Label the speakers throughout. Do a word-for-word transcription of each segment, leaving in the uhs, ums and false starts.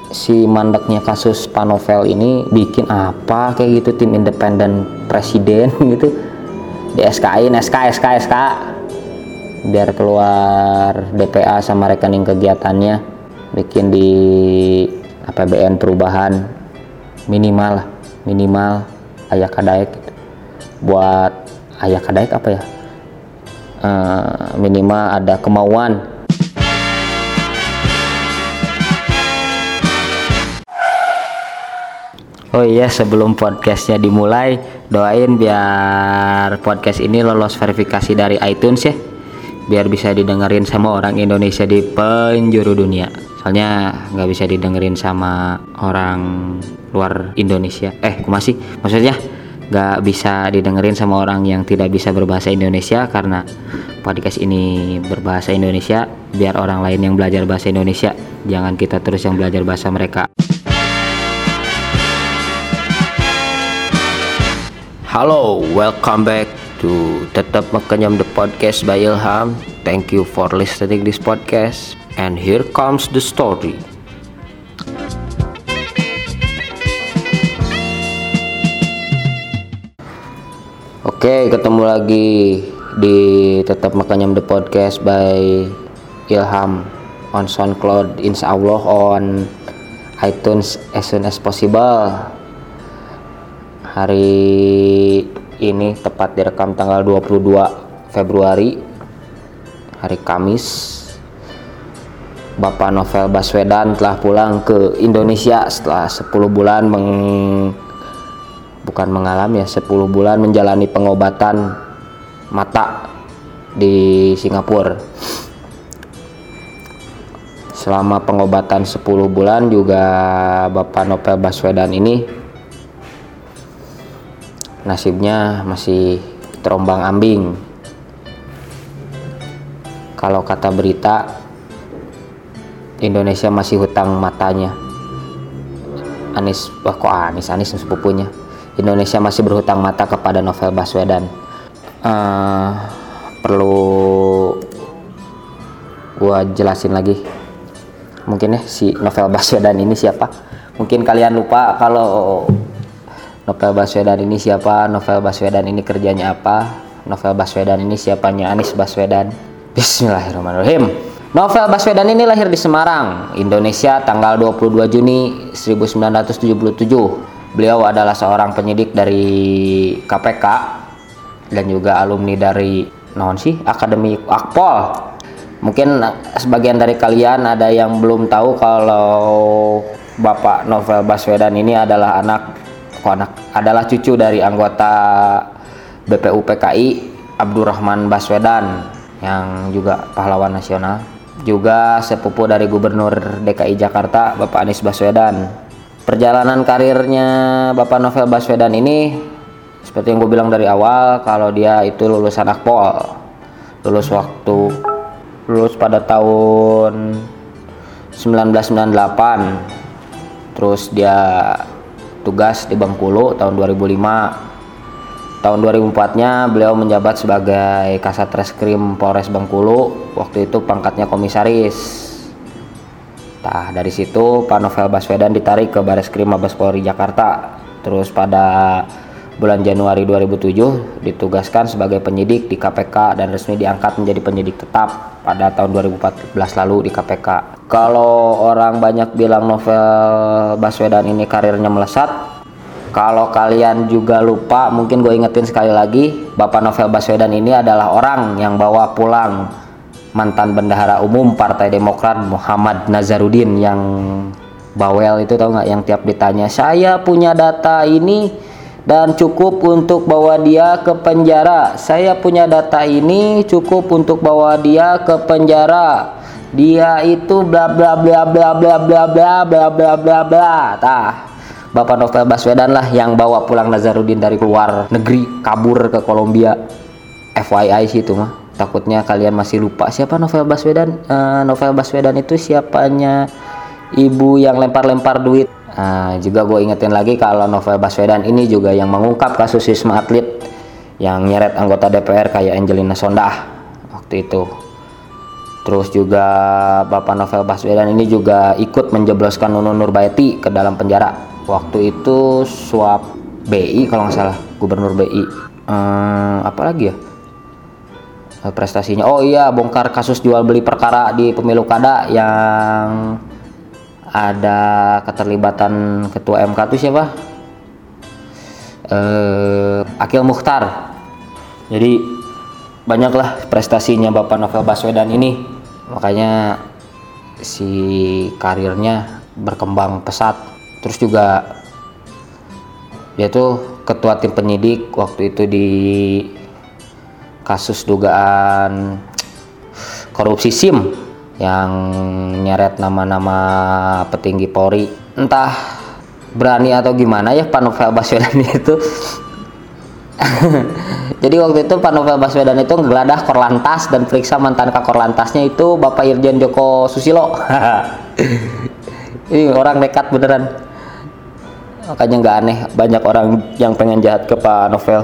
Speaker 1: si mandeknya kasus Panovel ini bikin apa kayak gitu tim independen presiden gitu di S K in S K S K S K biar keluar D P A sama rekening kegiatannya, bikin di A P B N perubahan minimal minimal aya kadaek gitu. Buat aya kadaek apa ya, uh, minimal ada kemauan. Oh iya, sebelum podcastnya dimulai, doain biar podcast ini lolos verifikasi dari iTunes ya, biar bisa didengerin sama orang Indonesia di penjuru dunia. Soalnya nggak bisa didengerin sama orang luar Indonesia. Eh, masih, maksudnya nggak bisa didengerin sama orang yang tidak bisa berbahasa Indonesia, karena podcast ini berbahasa Indonesia. Biar orang lain yang belajar bahasa Indonesia, jangan kita terus yang belajar bahasa mereka. Halo, welcome back to Tetap Mengenyam the podcast by Ilham. Thank you for listening this podcast. And here comes the story. Oke, ketemu lagi di Tetap Mengenyam the podcast by Ilham on SoundCloud, insya Allah on iTunes as soon as possible. Hari ini tepat direkam tanggal dua puluh dua Februari, hari Kamis. Bapak Novel Baswedan telah pulang ke Indonesia setelah sepuluh bulan meng bukan mengalami ya, sepuluh bulan menjalani pengobatan mata di Singapura. Selama pengobatan sepuluh bulan juga Bapak Novel Baswedan ini nasibnya masih terombang-ambing. Kalau kata berita, Indonesia masih hutang matanya. Anis, wah kok Anis, Anis sepupunya. Indonesia masih berhutang mata kepada Novel Baswedan. Uh, perlu gua jelasin lagi. Mungkin ya si Novel Baswedan ini siapa? Mungkin kalian lupa kalau Novel Baswedan ini siapa, Novel Baswedan ini kerjanya apa, Novel Baswedan ini siapanya Anies Baswedan. Bismillahirrahmanirrahim. Novel Baswedan ini lahir di Semarang, Indonesia tanggal dua puluh dua Juni seribu sembilan ratus tujuh puluh tujuh. Beliau adalah seorang penyidik dari K P K dan juga alumni dari non sih Akademi Akpol. Mungkin sebagian dari kalian ada yang belum tahu kalau Bapak Novel Baswedan ini adalah anak anak adalah cucu dari anggota B P U P K I Abdurrahman Baswedan yang juga pahlawan nasional, juga sepupu dari Gubernur D K I Jakarta Bapak Anies Baswedan. Perjalanan karirnya Bapak Novel Baswedan ini seperti yang gue bilang dari awal, kalau dia itu lulusan Akpol, lulus waktu lulus pada tahun sembilan belas sembilan puluh delapan, terus dia tugas di Bengkulu tahun dua ribu lima. Tahun dua ribu empat-nya beliau menjabat sebagai Kasat Reskrim Polres Bengkulu. Waktu itu pangkatnya komisaris. Nah, dari situ Pak Novel Baswedan ditarik ke Bareskrim Mabes Polri Jakarta. Terus pada bulan Januari dua ribu tujuh ditugaskan sebagai penyidik di K P K dan resmi diangkat menjadi penyidik tetap pada tahun dua ribu empat belas lalu di K P K. Kalau orang banyak bilang Novel Baswedan ini karirnya melesat, kalau kalian juga lupa, mungkin gue ingetin sekali lagi, Bapak Novel Baswedan ini adalah orang yang bawa pulang mantan bendahara umum Partai Demokrat Muhammad Nazarudin yang bawel itu, tau nggak, yang tiap ditanya saya punya data ini dan cukup untuk bawa dia ke penjara, saya punya data ini cukup untuk bawa dia ke penjara, dia itu bla bla bla bla bla bla bla bla bla bla bla. Tah, Bapak Novel Baswedan lah yang bawa pulang Nazarudin dari luar negeri, kabur ke Kolombia. F Y I sih itu mah, takutnya kalian masih lupa siapa Novel Baswedan. uh, Novel Baswedan itu siapanya ibu yang lempar-lempar duit. Nah, juga gue ingetin lagi kalau Novel Baswedan ini juga yang mengungkap kasus Wisma Atlet yang nyeret anggota D P R kayak Angelina Sondakh waktu itu. Terus juga Bapak Novel Baswedan ini juga ikut menjebloskan Nunun Nurbaiti ke dalam penjara. Waktu itu suap B I kalau nggak salah, Gubernur B I. Hmm, apa lagi ya prestasinya? Oh iya, bongkar kasus jual beli perkara di pemilu kada yang ada keterlibatan ketua M K itu siapa? Eh, Akil Mukhtar. Jadi banyaklah prestasinya Bapak Novel Baswedan ini, makanya si karirnya berkembang pesat. Terus juga dia tuh ketua tim penyidik waktu itu di kasus dugaan korupsi SIM yang nyeret nama-nama petinggi Polri. Entah berani atau gimana ya Pak Novel Baswedan itu. Jadi waktu itu Pak Novel Baswedan itu ngegeladah Korlantas dan periksa mantan Kakor Lantasnya itu Bapak Irjen Joko Susilo. Ini orang nekat beneran. Makanya nggak aneh banyak orang yang pengen jahat ke Pak Novel.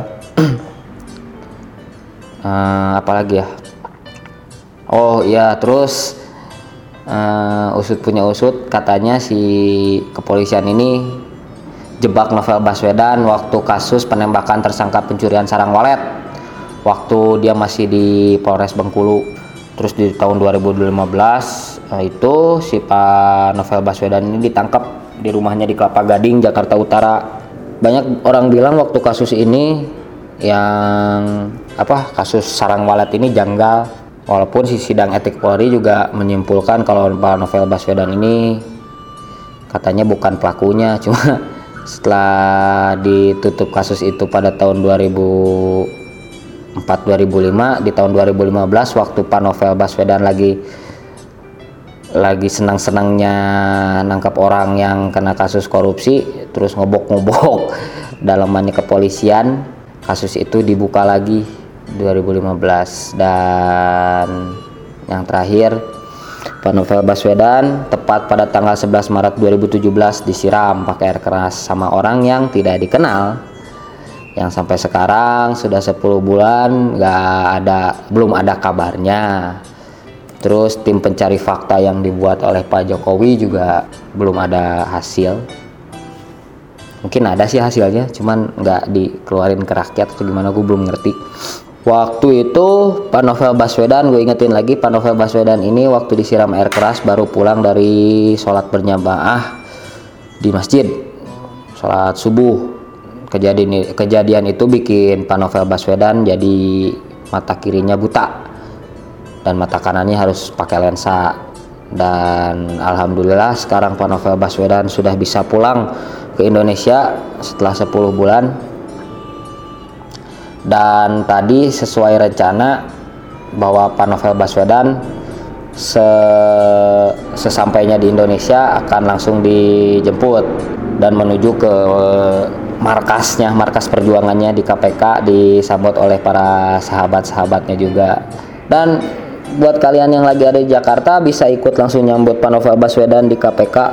Speaker 1: uh, apalagi ya? Oh iya, terus uh, usut punya usut katanya si kepolisian ini jebak Novel Baswedan waktu kasus penembakan tersangka pencurian sarang walet waktu dia masih di Polres Bengkulu. Terus di tahun dua ribu lima belas nah itu si Pak Novel Baswedan ini ditangkap di rumahnya di Kelapa Gading, Jakarta Utara. Banyak orang bilang waktu kasus ini yang apa kasus sarang walet ini janggal, walaupun si sidang etik Polri juga menyimpulkan kalau Pak Novel Baswedan ini katanya bukan pelakunya. Cuma setelah ditutup kasus itu pada tahun dua ribu empat dua ribu lima, di tahun dua ribu lima belas waktu Pak Novel Baswedan lagi lagi senang-senangnya nangkap orang yang kena kasus korupsi, terus ngobok-ngobok dalamannya kepolisian, kasus itu dibuka lagi dua ribu lima belas. Dan yang terakhir Pak Novel Baswedan tepat pada tanggal sebelas Maret dua ribu tujuh belas disiram pakai air keras sama orang yang tidak dikenal, yang sampai sekarang sudah sepuluh bulan nggak ada, belum ada kabarnya. Terus tim pencari fakta yang dibuat oleh Pak Jokowi juga belum ada hasil. Mungkin ada sih hasilnya, cuman nggak dikeluarin ke rakyat atau gimana, gue belum ngerti. Waktu itu Pak Novel Baswedan, gue ingetin lagi, Pak Novel Baswedan ini waktu disiram air keras baru pulang dari sholat berjamaah di masjid, sholat subuh. Kejadian kejadian itu bikin Pak Novel Baswedan jadi mata kirinya buta dan mata kanannya harus pakai lensa. Dan alhamdulillah sekarang Pak Novel Baswedan sudah bisa pulang ke Indonesia setelah sepuluh bulan. Dan tadi sesuai rencana bahwa Pak Novel Baswedan se- sesampainya di Indonesia akan langsung dijemput dan menuju ke markasnya, markas perjuangannya di K P K, disambut oleh para sahabat-sahabatnya juga. Dan buat kalian yang lagi ada di Jakarta bisa ikut langsung nyambut Pak Novel Baswedan di K P K,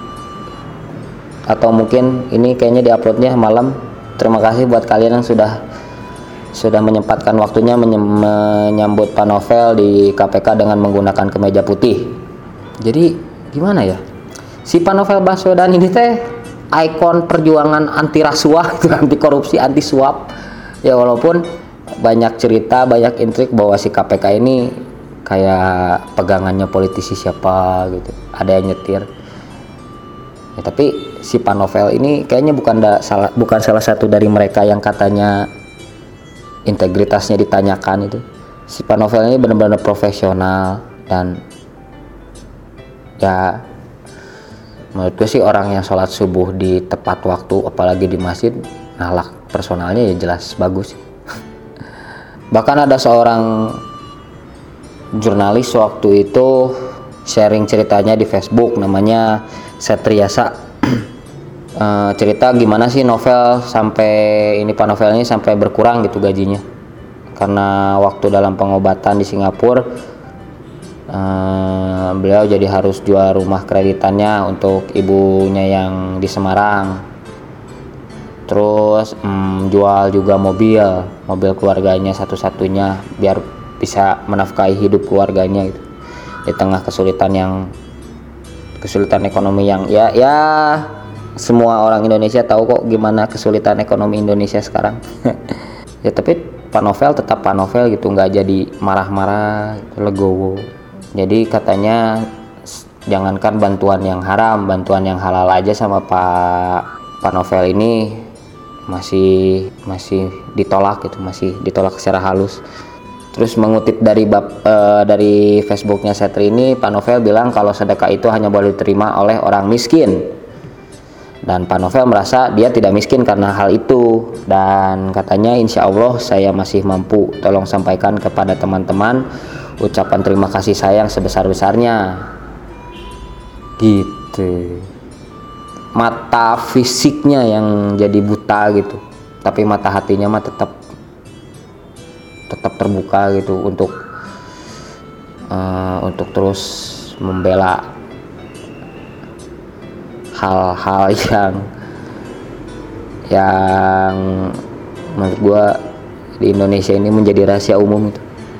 Speaker 1: atau mungkin ini kayaknya diuploadnya malam. Terima kasih buat kalian yang sudah sudah menyempatkan waktunya menyambut Pak Novel di K P K dengan menggunakan kemeja putih. Jadi gimana ya, si Pak Novel Baswedan ini teh ikon perjuangan anti rasuah, anti korupsi, anti suap ya. Walaupun banyak cerita, banyak intrik bahwa si K P K ini kayak pegangannya politisi siapa gitu, ada yang nyetir ya. Tapi si Pak Novel ini kayaknya bukan da, salah bukan salah satu dari mereka yang katanya integritasnya ditanyakan itu. Si Pak Novel ini benar-benar profesional dan ya menurut gue sih orang yang sholat subuh di tepat waktu, apalagi di masjid, nahlak personalnya ya jelas bagus. Bahkan ada seorang jurnalis waktu itu sharing ceritanya di Facebook, namanya Setriasa. e, cerita gimana sih Novel sampai ini Pak Novel ini sampai berkurang gitu gajinya karena waktu dalam pengobatan di Singapura. e, beliau jadi harus jual rumah kreditannya untuk ibunya yang di Semarang, terus mm, jual juga mobil mobil keluarganya satu-satunya biar bisa menafkahi hidup keluarganya gitu. di tengah kesulitan yang kesulitan ekonomi yang ya ya semua orang Indonesia tahu kok gimana kesulitan ekonomi Indonesia sekarang. Ya tapi Pak Novel tetap Pak Novel gitu, nggak jadi marah-marah, legowo. Jadi katanya jangankan bantuan yang haram, bantuan yang halal aja sama Pak Pak Novel ini masih masih ditolak gitu, masih ditolak secara halus. Terus mengutip dari bab, e, dari Facebooknya Setri ini, Pak Novel bilang kalau sedekah itu hanya boleh diterima oleh orang miskin. Dan Pak Novel merasa dia tidak miskin karena hal itu. Dan katanya insya Allah saya masih mampu. Tolong sampaikan kepada teman-teman ucapan terima kasih saya yang sebesar-besarnya. Gitu. Mata fisiknya yang jadi buta gitu, tapi mata hatinya mah tetap tetap terbuka gitu untuk uh, untuk terus membela hal-hal yang yang menurut gua di Indonesia ini menjadi rahasia umum itu,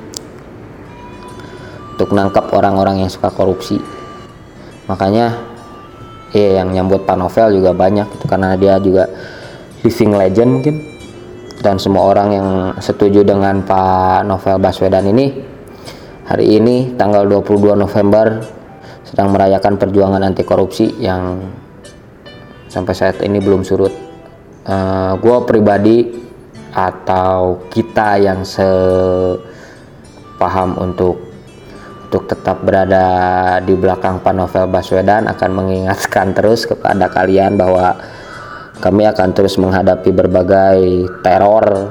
Speaker 1: untuk nangkap orang-orang yang suka korupsi. Makanya ya yang nyambut Pak Novel juga banyak gitu, karena dia juga living legend mungkin. Dan semua orang yang setuju dengan Pak Novel Baswedan ini hari ini tanggal dua puluh dua November sedang merayakan perjuangan anti korupsi yang sampai saat ini belum surut. Uh, gue pribadi atau kita yang sepaham untuk untuk tetap berada di belakang Pak Novel Baswedan akan mengingatkan terus kepada kalian bahwa kami akan terus menghadapi berbagai teror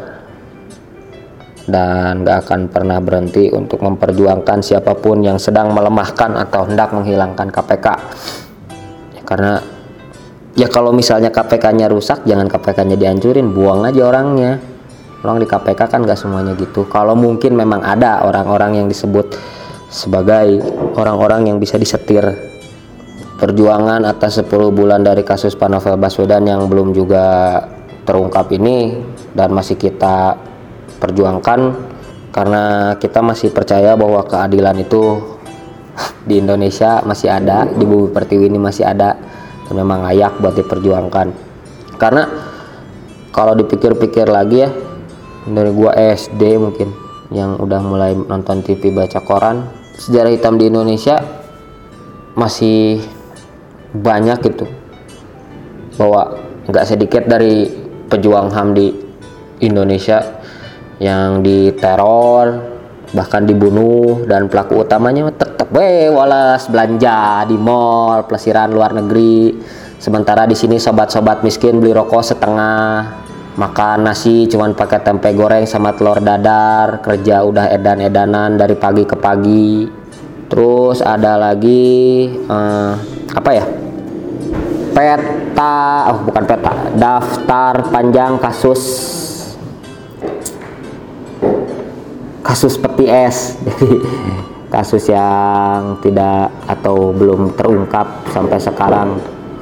Speaker 1: dan gak akan pernah berhenti untuk memperjuangkan siapapun yang sedang melemahkan atau hendak menghilangkan K P K. Ya, karena ya kalau misalnya K P K-nya rusak, jangan K P K-nya dihancurin, buang aja orangnya. Orang di K P K kan gak semuanya gitu. Kalau mungkin memang ada orang-orang yang disebut sebagai orang-orang yang bisa disetir. Perjuangan atas sepuluh bulan dari kasus Pak Novel Baswedan yang belum juga terungkap ini dan masih kita perjuangkan karena kita masih percaya bahwa keadilan itu di Indonesia masih ada, di Bumi Pertiwi ini masih ada dan memang layak buat diperjuangkan. Karena kalau dipikir-pikir lagi ya, dari gua S D mungkin yang udah mulai nonton T V, baca koran, sejarah hitam di Indonesia masih banyak gitu, bahwa nggak sedikit dari pejuang H A M di Indonesia yang diteror bahkan dibunuh, dan pelaku utamanya tetap weh walas belanja di mall, pelesiran luar negeri. Sementara di sini sobat-sobat miskin beli rokok setengah, makan nasi cuman pakai tempe goreng sama telur dadar, kerja udah edan-edanan dari pagi ke pagi. Terus ada lagi eh, apa ya, peta, oh bukan peta, daftar panjang kasus kasus peti es. Jadi kasus yang tidak atau belum terungkap sampai sekarang,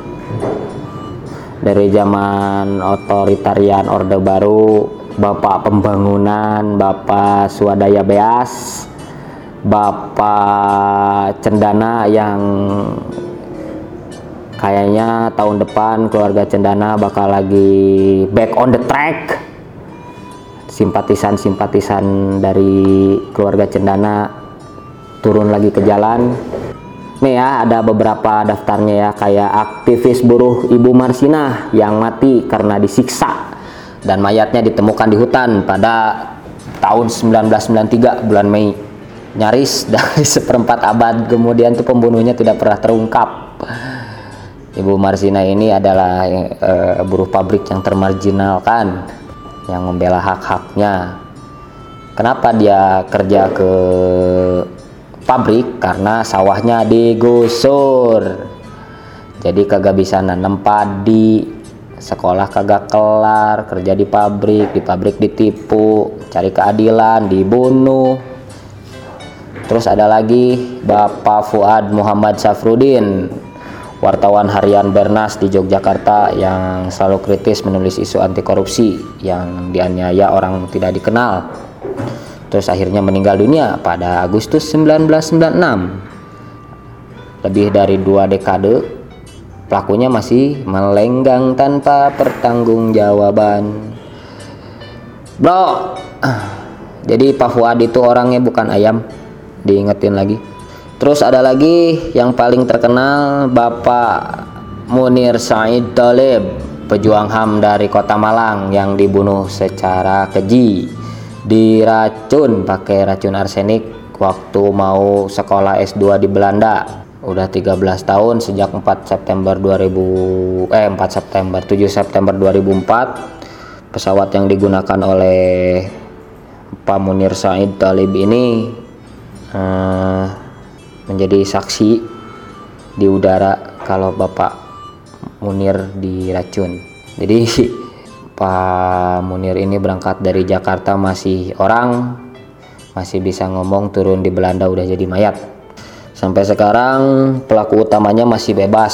Speaker 1: dari zaman otoritarian Orde Baru, Bapak Pembangunan, Bapak Swadaya Beas, Bapak Cendana yang kayaknya tahun depan keluarga Cendana bakal lagi back on the track. Simpatisan-simpatisan dari keluarga Cendana turun lagi ke jalan. Nih ya, ada beberapa daftarnya ya, kayak aktivis buruh Ibu Marsinah yang mati karena disiksa dan mayatnya ditemukan di hutan pada tahun sembilan belas sembilan puluh tiga bulan Mei. Nyaris dari seperempat abad kemudian tuh pembunuhnya tidak pernah terungkap. Ibu Marsinah ini adalah e, buruh pabrik yang termarginalkan, yang membela hak-haknya. Kenapa dia kerja ke pabrik? Karena sawahnya digusur, jadi kagak bisa nanam padi, sekolah kagak kelar, kerja di pabrik, di pabrik ditipu, cari keadilan, dibunuh. Terus ada lagi Bapak Fuad Muhammad Safrudin, wartawan harian Bernas di Yogyakarta yang selalu kritis menulis isu anti korupsi, yang dianiaya orang tidak dikenal. Terus akhirnya meninggal dunia pada Agustus sembilan belas sembilan puluh enam. lebih dari dua dekade, pelakunya masih melenggang tanpa pertanggungjawaban. Bro, jadi Pak Fuad itu orangnya bukan ayam, diingetin lagi. Terus ada lagi yang paling terkenal, Bapak Munir Said Thalib, pejuang H A M dari Kota Malang yang dibunuh secara keji, diracun pakai racun arsenik waktu mau sekolah S dua di Belanda. Udah tiga belas tahun sejak empat September dua ribu eh empat September tujuh September dua ribu empat. Pesawat yang digunakan oleh Pak Munir Said Thalib ini eh, menjadi saksi di udara kalau Bapak Munir diracun. Jadi Pak Munir ini berangkat dari Jakarta masih orang, masih bisa ngomong, turun di Belanda udah jadi mayat. Sampai sekarang pelaku utamanya masih bebas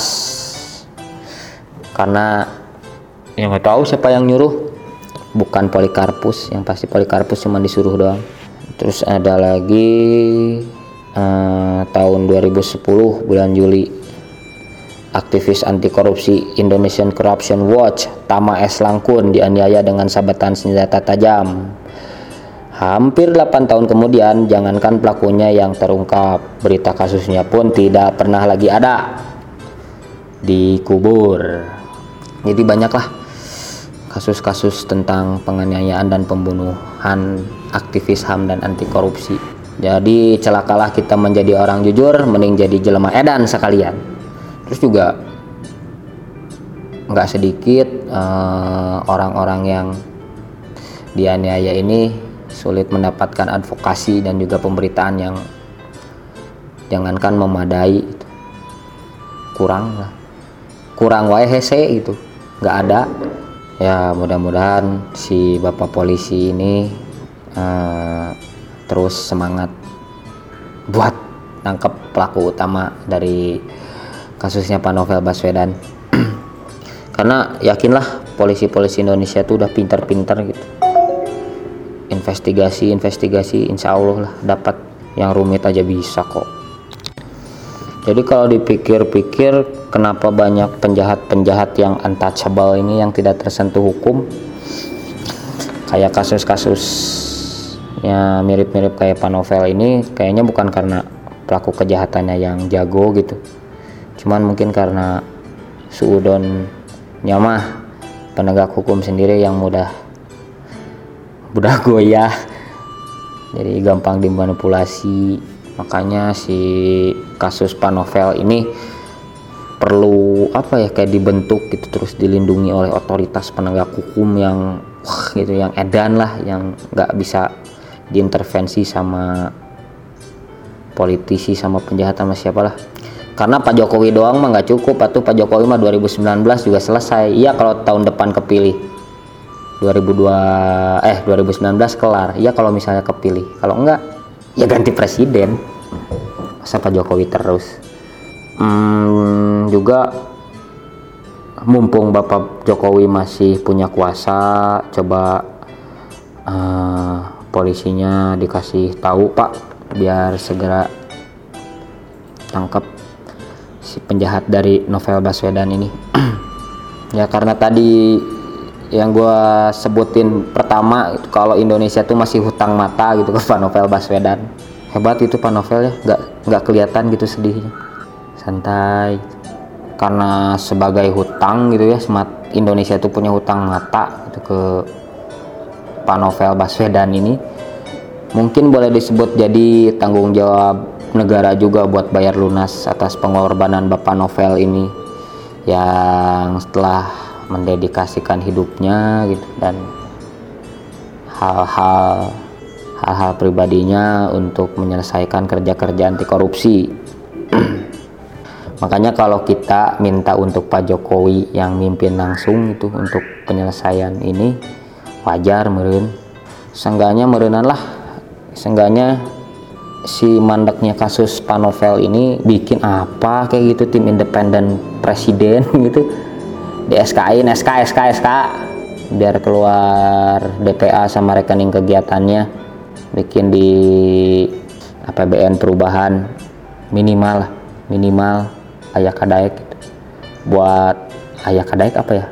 Speaker 1: karena yang nggak tahu siapa yang nyuruh. Bukan Polikarpus, yang pasti Polikarpus cuma disuruh doang. Terus ada lagi eh, tahun dua ribu sepuluh bulan Juli, aktivis anti korupsi Indonesian Corruption Watch Tama S. Langkun dianiaya dengan sabetan senjata tajam. Hampir delapan tahun kemudian, jangankan pelakunya yang terungkap, berita kasusnya pun tidak pernah lagi ada, dikubur. Jadi banyaklah kasus-kasus tentang penganiayaan dan pembunuhan aktivis H A M dan anti korupsi. Jadi celakalah kita menjadi orang jujur, mending jadi jelema edan sekalian. Terus juga nggak sedikit uh, orang-orang yang dianiaya ini sulit mendapatkan advokasi dan juga pemberitaan yang jangankan memadai, kurang lah, kurang wae hese gitu, nggak ada. Ya mudah-mudahan si Bapak polisi ini uh, terus semangat buat nangkep pelaku utama dari kasusnya Pak Novel Baswedan. Karena yakinlah polisi-polisi Indonesia itu udah pintar-pintar gitu, investigasi-investigasi insya Allah lah dapat, yang rumit aja bisa kok. Jadi kalau dipikir-pikir, kenapa banyak penjahat-penjahat yang untouchable ini yang tidak tersentuh hukum? Kayak kasus-kasusnya mirip-mirip kayak Pak Novel ini, kayaknya bukan karena pelaku kejahatannya yang jago gitu. Cuman mungkin karena suudon nyamah penegak hukum sendiri yang mudah mudah goyah. Jadi gampang dimanipulasi. Makanya si kasus Pak Novel ini perlu apa ya, kayak dibentuk gitu, terus dilindungi oleh otoritas penegak hukum yang wah gitu, yang edan lah, yang nggak bisa diintervensi sama politisi, sama penjahat, sama siapa lah. Karena Pak Jokowi doang mah nggak cukup, atau Pak Jokowi mah dua ribu sembilan belas juga selesai. Iya kalau tahun depan kepilih dua ribu dua eh dua ribu sembilan belas kelar. Iya kalau misalnya kepilih. Kalau enggak ya ganti presiden. Masa Pak Jokowi terus. Hmm, juga mumpung Bapak Jokowi masih punya kuasa, coba uh, polisinya dikasih tahu Pak, biar segera tangkap si penjahat dari Novel Baswedan ini. Ya karena tadi yang gue sebutin pertama itu, kalau Indonesia tuh masih hutang mata gitu ke Pak Novel Baswedan. Hebat itu Pak Novel ya, nggak nggak kelihatan gitu sedihnya, santai. Karena sebagai hutang gitu ya, semat Indonesia tuh punya hutang mata gitu ke Pak Novel Baswedan ini. Mungkin boleh disebut jadi tanggung jawab negara juga buat bayar lunas atas pengorbanan Bapak Novel ini, yang setelah mendedikasikan hidupnya gitu dan hal-hal hal-hal pribadinya untuk menyelesaikan kerja-kerja anti korupsi. Makanya kalau kita minta untuk Pak Jokowi yang mimpin langsung itu untuk penyelesaian ini, wajar meureun. Seenggaknya meureunan lah, seenggaknya si mandeknya kasus Pak Novel ini bikin apa kayak gitu, tim independen presiden gitu, di S K in S K S K S K biar keluar D P A sama rekening kegiatannya, bikin di A P B N perubahan minimal lah. minimal aya kadaek gitu. Buat aya kadaek apa ya,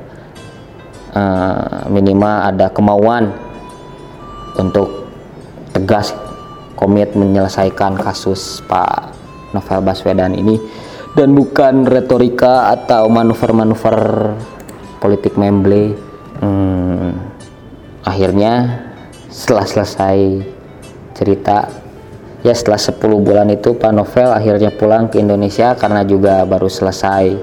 Speaker 1: uh, minimal ada kemauan untuk tegas komit menyelesaikan kasus Pak Novel Baswedan ini, dan bukan retorika atau manuver-manuver politik memble. Hmm, akhirnya setelah selesai cerita, ya setelah sepuluh bulan itu Pak Novel akhirnya pulang ke Indonesia karena juga baru selesai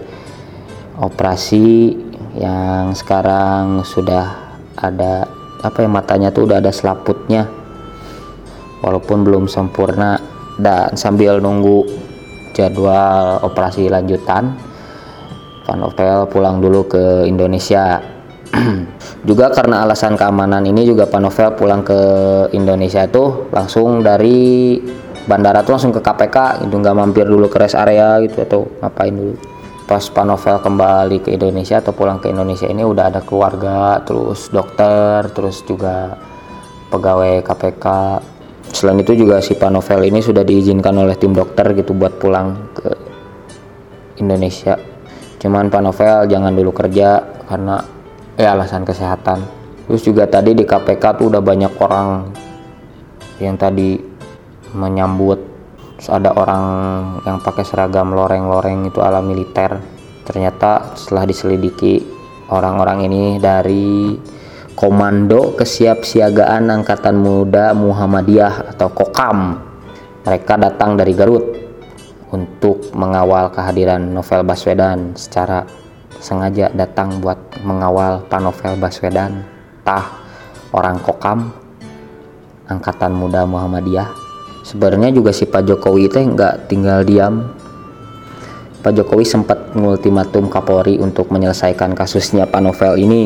Speaker 1: operasi yang sekarang sudah ada apa ya, matanya tuh udah ada selaputnya walaupun belum sempurna. Dan sambil nunggu jadwal operasi lanjutan, Pak Novel pulang dulu ke Indonesia. Juga karena alasan keamanan ini juga Pak Novel pulang ke Indonesia tuh langsung dari bandara tuh langsung ke K P K gitu, nggak mampir dulu ke rest area gitu atau ngapain dulu. Pas Pak Novel kembali ke Indonesia atau pulang ke Indonesia ini udah ada keluarga, terus dokter, terus juga pegawai K P K. Selain itu juga si Pak Novel ini sudah diizinkan oleh tim dokter gitu buat pulang ke Indonesia. Cuman Pak Novel jangan dulu kerja karena ya alasan kesehatan. Terus juga tadi di K P K tuh udah banyak orang yang tadi menyambut. Terus ada orang yang pakai seragam loreng-loreng itu ala militer. Ternyata setelah diselidiki, orang-orang ini dari Komando Kesiapsiagaan Angkatan Muda Muhammadiyah atau Kokam. Mereka datang dari Garut untuk mengawal kehadiran Novel Baswedan, secara sengaja datang buat mengawal Pak Novel Baswedan. Tah orang Kokam Angkatan Muda Muhammadiyah. Sebenarnya juga si Pak Jokowi teh nggak tinggal diam. Pak Jokowi sempat mengultimatum Kapolri untuk menyelesaikan kasusnya Pak Novel ini.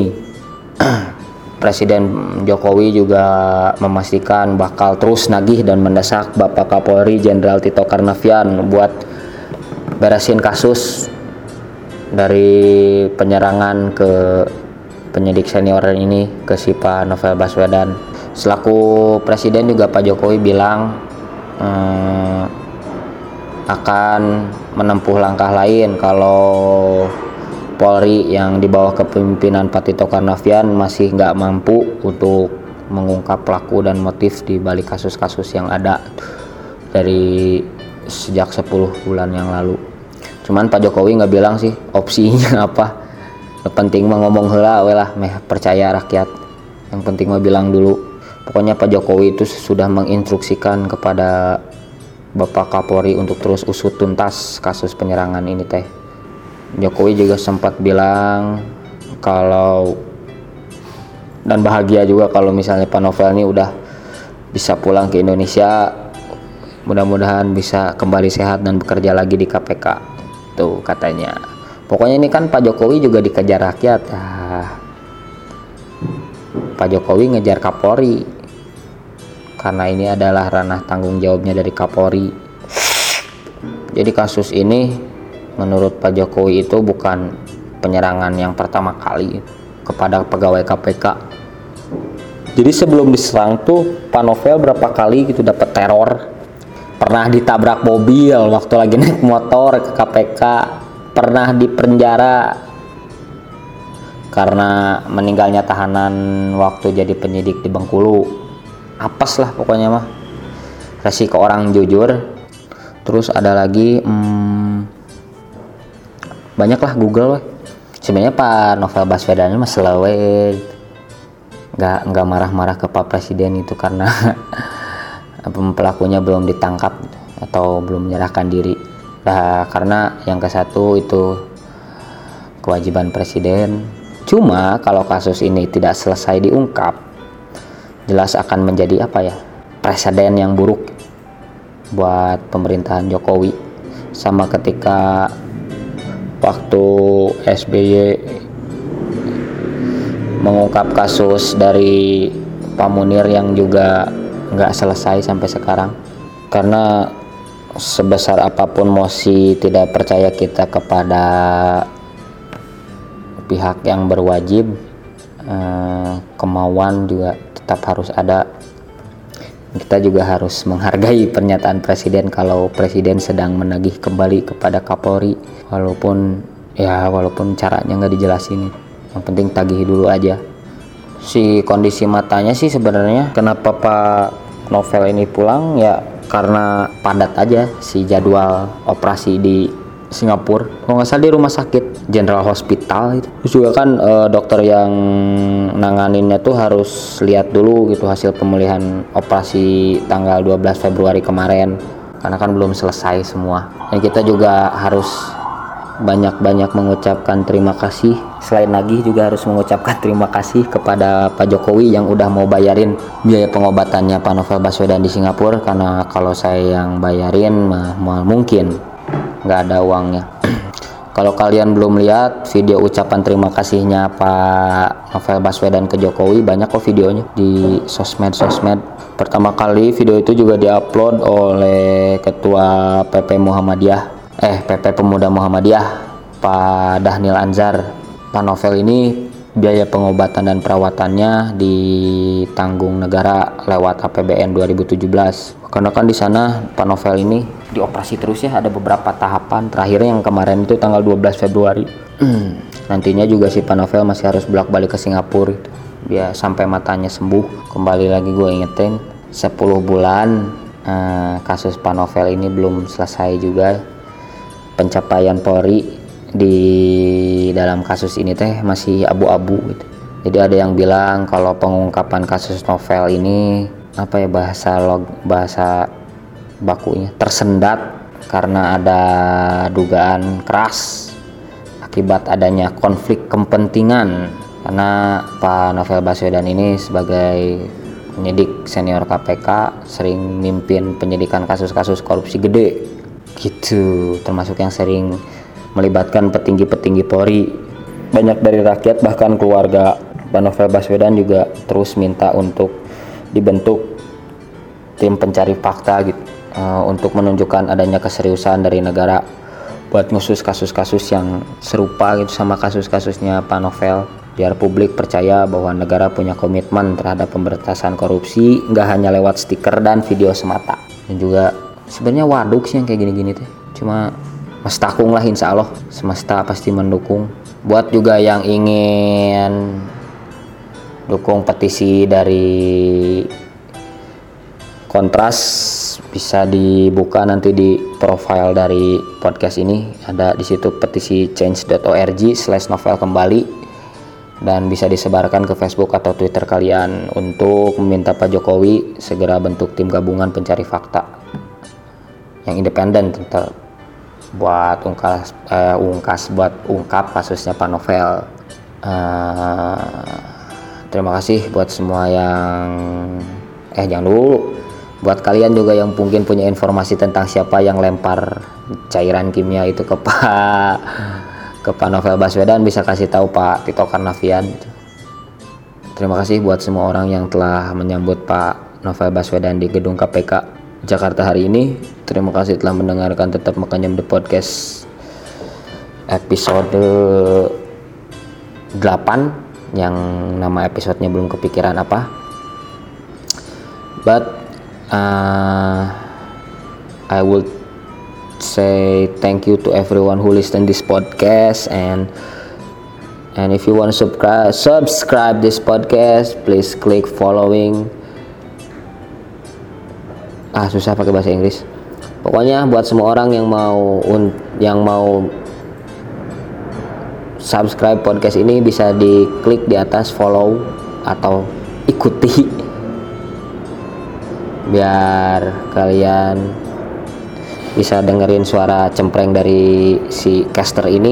Speaker 1: Presiden Jokowi juga memastikan bakal terus nagih dan mendesak Bapak Kapolri Jenderal Tito Karnavian buat beresin kasus dari penyerangan ke penyidik senior ini ke si Pak Novel Baswedan. Selaku Presiden juga Pak Jokowi bilang hmm, akan menempuh langkah lain kalau Polri yang di bawah kepemimpinan Pak Tito Karnavian masih nggak mampu untuk mengungkap pelaku dan motif di balik kasus-kasus yang ada dari sejak sepuluh bulan yang lalu. Cuman Pak Jokowi nggak bilang sih opsinya apa. Yang penting mah ngomong heula we lah, meh percaya rakyat. Yang penting mah bilang dulu. Pokoknya Pak Jokowi itu sudah menginstruksikan kepada Bapak Kapolri untuk terus usut tuntas kasus penyerangan ini teh. Jokowi juga sempat bilang kalau dan bahagia juga kalau misalnya Pak Novel ini udah bisa pulang ke Indonesia, mudah-mudahan bisa kembali sehat dan bekerja lagi di K P K tuh katanya. Pokoknya ini kan Pak Jokowi juga dikejar rakyat. ah, Pak Jokowi ngejar Kapolri karena ini adalah ranah tanggung jawabnya dari Kapolri. Jadi kasus ini menurut Pak Jokowi itu bukan penyerangan yang pertama kali kepada pegawai K P K. Jadi sebelum diserang tuh Pak Novel berapa kali gitu dapat teror. Pernah ditabrak mobil waktu lagi naik motor ke K P K, pernah dipenjara karena meninggalnya tahanan waktu jadi penyidik di Bengkulu. Apes lah pokoknya mah. Resiko orang jujur. Terus ada lagi hmm, banyaklah Google weh. Sebenarnya Pak Novel Baswedan ini mah selawe nggak nggak marah-marah ke Pak Presiden itu karena pelakunya belum ditangkap atau belum menyerahkan diri. Nah, karena yang ke satu itu kewajiban Presiden. Cuma kalau kasus ini tidak selesai diungkap, jelas akan menjadi apa ya, presiden yang buruk buat pemerintahan Jokowi. Sama ketika waktu S B Y mengungkap kasus dari Pak Munir yang juga nggak selesai sampai sekarang. Karena sebesar apapun mosi tidak percaya kita kepada pihak yang berwajib, eh, kemauan juga tetap harus ada. kita juga harus menghargai pernyataan presiden kalau presiden sedang menagih kembali kepada Kapolri, walaupun ya walaupun caranya nggak dijelasin, yang penting tagih dulu aja. Si kondisi matanya sih sebenarnya kenapa Pak Novel ini pulang ya karena padat aja si jadwal operasi di Singapura. Kalau nggak salah di rumah sakit General Hospital itu. Terus juga kan e, dokter yang nanganinnya tuh harus lihat dulu gitu hasil pemulihan operasi tanggal dua belas Februari kemarin, karena kan belum selesai semua. Dan kita juga harus banyak-banyak mengucapkan terima kasih. Selain lagi juga harus mengucapkan terima kasih kepada Pak Jokowi yang udah mau bayarin biaya pengobatannya Pak Novel Baswedan di Singapura, karena kalau saya yang bayarin mah, mah mungkin nggak ada uangnya. Kalau kalian belum lihat video ucapan terima kasihnya Pak Novel Baswedan ke Jokowi, banyak kok videonya di sosmed-sosmed. Pertama kali video itu juga diupload oleh Ketua P P Muhammadiyah, eh P P Pemuda Muhammadiyah, Pak Dhanil Anzar. Pak Novel ini biaya pengobatan dan perawatannya ditanggung negara lewat A P B N dua ribu tujuh belas. Karena kan di sana Pak Novel ini dioperasi terus ya, ada beberapa tahapan. Terakhirnya yang kemarin itu tanggal dua belas Februari. Nantinya juga si Pak Novel masih harus bolak-balik ke Singapura gitu, biar sampai matanya sembuh. Kembali lagi gue ingetin, sepuluh bulan eh, kasus Pak Novel ini belum selesai juga. Pencapaian Polri di dalam kasus ini teh masih abu-abu gitu. Jadi ada yang bilang kalau pengungkapan kasus Novel ini apa ya bahasa log bahasa bakunya tersendat karena ada dugaan keras akibat adanya konflik kepentingan, karena Pak Novel Baswedan ini sebagai penyidik senior K P K sering mimpin penyidikan kasus-kasus korupsi gede gitu, termasuk yang sering melibatkan petinggi-petinggi Polri. Banyak dari rakyat bahkan keluarga Pak Novel Baswedan juga terus minta untuk dibentuk tim pencari fakta gitu, uh, untuk menunjukkan adanya keseriusan dari negara buat ngusus kasus-kasus yang serupa gitu sama kasus-kasusnya Pak Novel, biar publik percaya bahwa negara punya komitmen terhadap pemberantasan korupsi, nggak hanya lewat stiker dan video semata. Dan juga sebenarnya waduk sih yang kayak gini-gini tuh, cuma mas takung lah, insya Allah semesta pasti mendukung. Buat juga yang ingin dukung petisi dari Kontras, bisa dibuka nanti di profile dari podcast ini, ada di situ petisi change dot org slash novel kembali, dan bisa disebarkan ke Facebook atau Twitter kalian untuk meminta Pak Jokowi segera bentuk tim gabungan pencari fakta yang independen tetap buat ungkas eh, ungkas buat ungkap kasusnya Pak Novel. Uh, terima kasih buat semua yang eh jangan dulu buat kalian juga yang mungkin punya informasi tentang siapa yang lempar cairan kimia itu ke Pak ke Pak Novel Baswedan, bisa kasih tahu Pak Tito Karnavian. Terima kasih buat semua orang yang telah menyambut Pak Novel Baswedan di gedung K P K Jakarta hari ini. Terima kasih telah mendengarkan Tetap Makanyam The Podcast episode delapan, yang nama episodenya belum kepikiran apa. But uh, I would say thank you to everyone who listen this podcast, and and if you want to subscribe subscribe this podcast, please click following. Ah susah pakai bahasa Inggris. Pokoknya buat semua orang yang mau un, yang mau subscribe podcast ini bisa diklik di atas follow atau ikuti, biar kalian bisa dengerin suara cempreng dari si caster ini.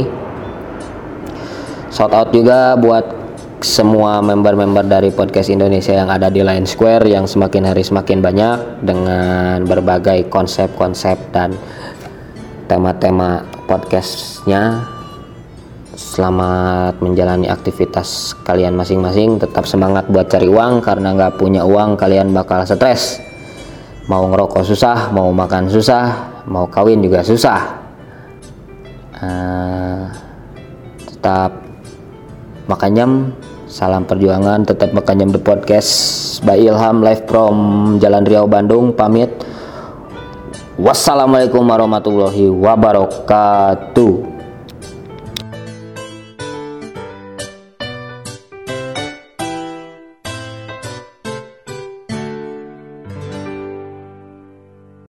Speaker 1: Shout out juga buat semua member-member dari podcast Indonesia yang ada di Line Square, yang semakin hari semakin banyak dengan berbagai konsep-konsep dan tema-tema podcastnya. Selamat menjalani aktivitas kalian masing-masing. Tetap semangat buat cari uang, karena nggak punya uang kalian bakal stres. Mau ngerokok susah, mau makan susah, mau kawin juga susah. Uh, tetap makanyam, Salam perjuangan, tetap Bekanyam The Podcast by Ilham, live from Jalan Riau Bandung. Pamit. Wassalamualaikum warahmatullahi wabarakatuh.